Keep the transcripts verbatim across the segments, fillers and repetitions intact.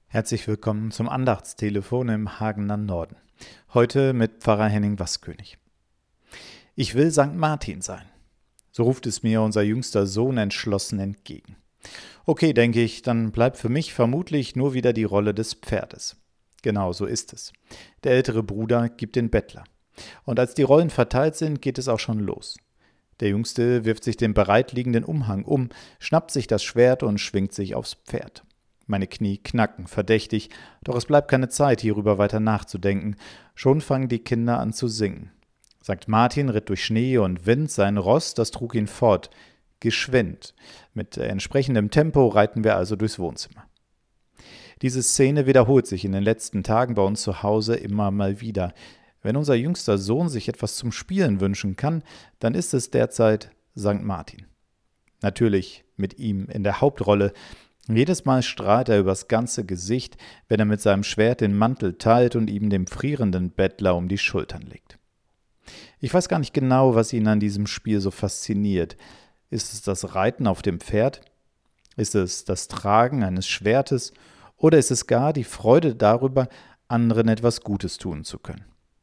Herzlich willkommen zum Andachtstelefon im Hagener Norden. Heute mit Pfarrer Henning Waskönig. Ich will Sankt Martin sein. So ruft es mir unser jüngster Sohn entschlossen entgegen. Okay, denke ich, dann bleibt für mich vermutlich nur wieder die Rolle des Pferdes. Genau so ist es. Der ältere Bruder gibt den Bettler. Und als die Rollen verteilt sind, geht es auch schon los. Der Jüngste wirft sich den bereitliegenden Umhang um, schnappt sich das Schwert und schwingt sich aufs Pferd. Meine Knie knacken verdächtig, doch es bleibt keine Zeit, hierüber weiter nachzudenken. Schon fangen die Kinder an zu singen. Sankt Martin ritt durch Schnee und Wind, sein Ross, das trug ihn fort. Geschwind. Mit entsprechendem Tempo reiten wir also durchs Wohnzimmer. Diese Szene wiederholt sich in den letzten Tagen bei uns zu Hause immer mal wieder. Wenn unser jüngster Sohn sich etwas zum Spielen wünschen kann, dann ist es derzeit Sankt Martin. Natürlich mit ihm in der Hauptrolle. Jedes Mal strahlt er übers ganze Gesicht, wenn er mit seinem Schwert den Mantel teilt und ihm dem frierenden Bettler um die Schultern legt. Ich weiß gar nicht genau, was ihn an diesem Spiel so fasziniert. Ist es das Reiten auf dem Pferd? Ist es das Tragen eines Schwertes? Oder ist es gar die Freude darüber, anderen etwas Gutes tun zu können?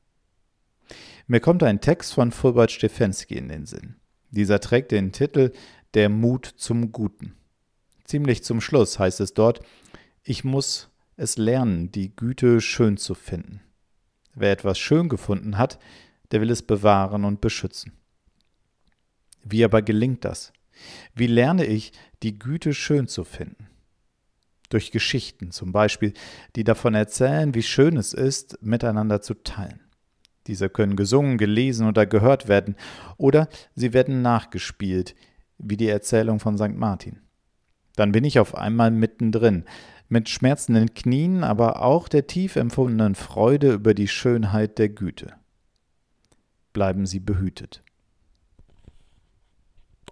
Mir kommt ein Text von Fulbert Stefensky in den Sinn. Dieser trägt den Titel »Der Mut zum Guten«. Ziemlich zum Schluss heißt es dort, ich muss es lernen, die Güte schön zu finden. Wer etwas schön gefunden hat, der will es bewahren und beschützen. Wie aber gelingt das? Wie lerne ich, die Güte schön zu finden? Durch Geschichten zum Beispiel, die davon erzählen, wie schön es ist, miteinander zu teilen. Diese können gesungen, gelesen oder gehört werden, oder sie werden nachgespielt, wie die Erzählung von Sankt Martin. Dann bin ich auf einmal mittendrin, mit schmerzenden Knien, aber auch der tief empfundenen Freude über die Schönheit der Güte. Bleiben Sie behütet.